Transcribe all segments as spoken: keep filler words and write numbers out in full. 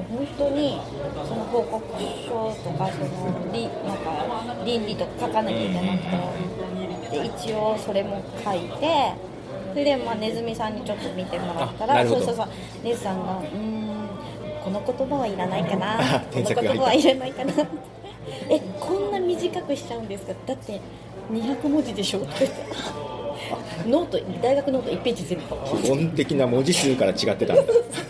本当にその報告書とかそのりなんか倫理とか書かなきゃいけなくて、で一応それも書いて、それでまあネズミさんにちょっと見てもらったら、そうそうそう、ネズさんがうーんこの言葉はいらないかなこの言葉はいらないかなえこんな短くしちゃうんですか、だってにひゃくもじでしょって言ってノート大学ノートいちページ全部基本的な文字数から違ってたんだ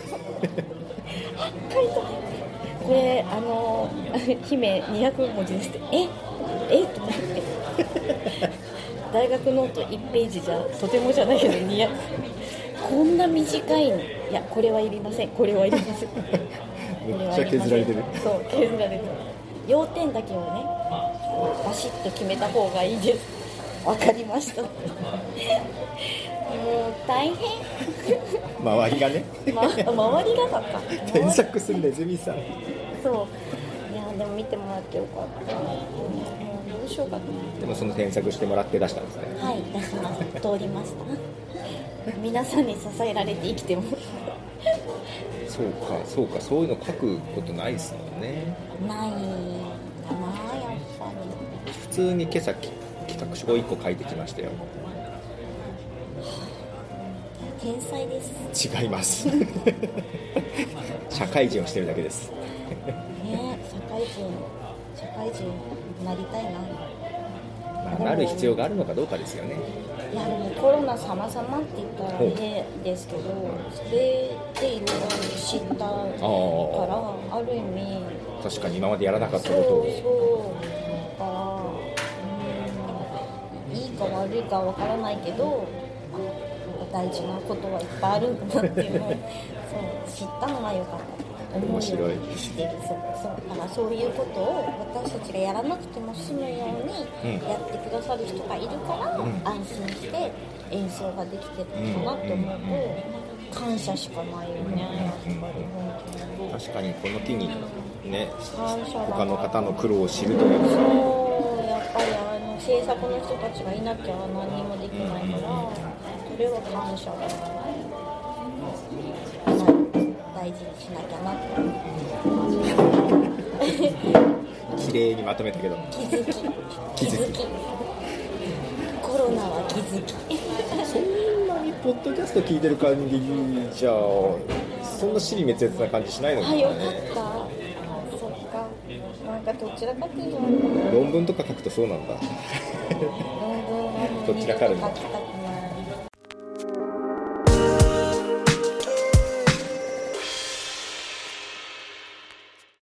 これあの姫にひゃくもじですってええと思って大学ノートいちページじゃとてもじゃないけどにひゃくこんな短いのいやこれはいりませんこれはいりませんめっちゃ削られてるそう削られてる要点だけをねバシッと決めた方がいいですわかりましたもう大変周りがね、 ま、周りがだった添削するネズミさんそういやでも見てもらってよかったもうどうしようかと思ってでもその添削してもらって出したんですねはい出しました通りました皆さんに支えられて生きてもそうかそうかそういうの書くことないですもんねないかなやっぱり普通に今朝企画書をいっこ書いてきましたよ天才です違います社会人をしてるだけですね社会人社会人になりたいな、 まあ、なる必要があるのかどうかですよねいやでもコロナ様々って言ったら変ですけどそれでいろいろ知ったからある意味確かに今までやらなかったことををそうだからうんいいか悪いかわからないけど大事なことはいっぱいあるんだなっていうのをそう知ったのは良かった思うようにしてるそうそうだからそういうことを私たちがやらなくても済むようにやってくださる人がいるから、うん、安心して演奏ができてるのかなって思うと感謝しかないよねやっぱり本当に確かにこの機にね他の方の苦労を知るというそうやっぱりあの制作の人たちがいなきゃ何にもできないからそれは感謝だな大事にしなきゃなって綺麗にまとめたけど気づき気づきコロナは気づきそんなにポッドキャスト聞いてる感じじゃそんな尻滅裂な感じしないのかな、ね、 あ、よかったそっかなんかどちらかっていうと論文とか書くとそうなんだ論文はどちらかるの書きた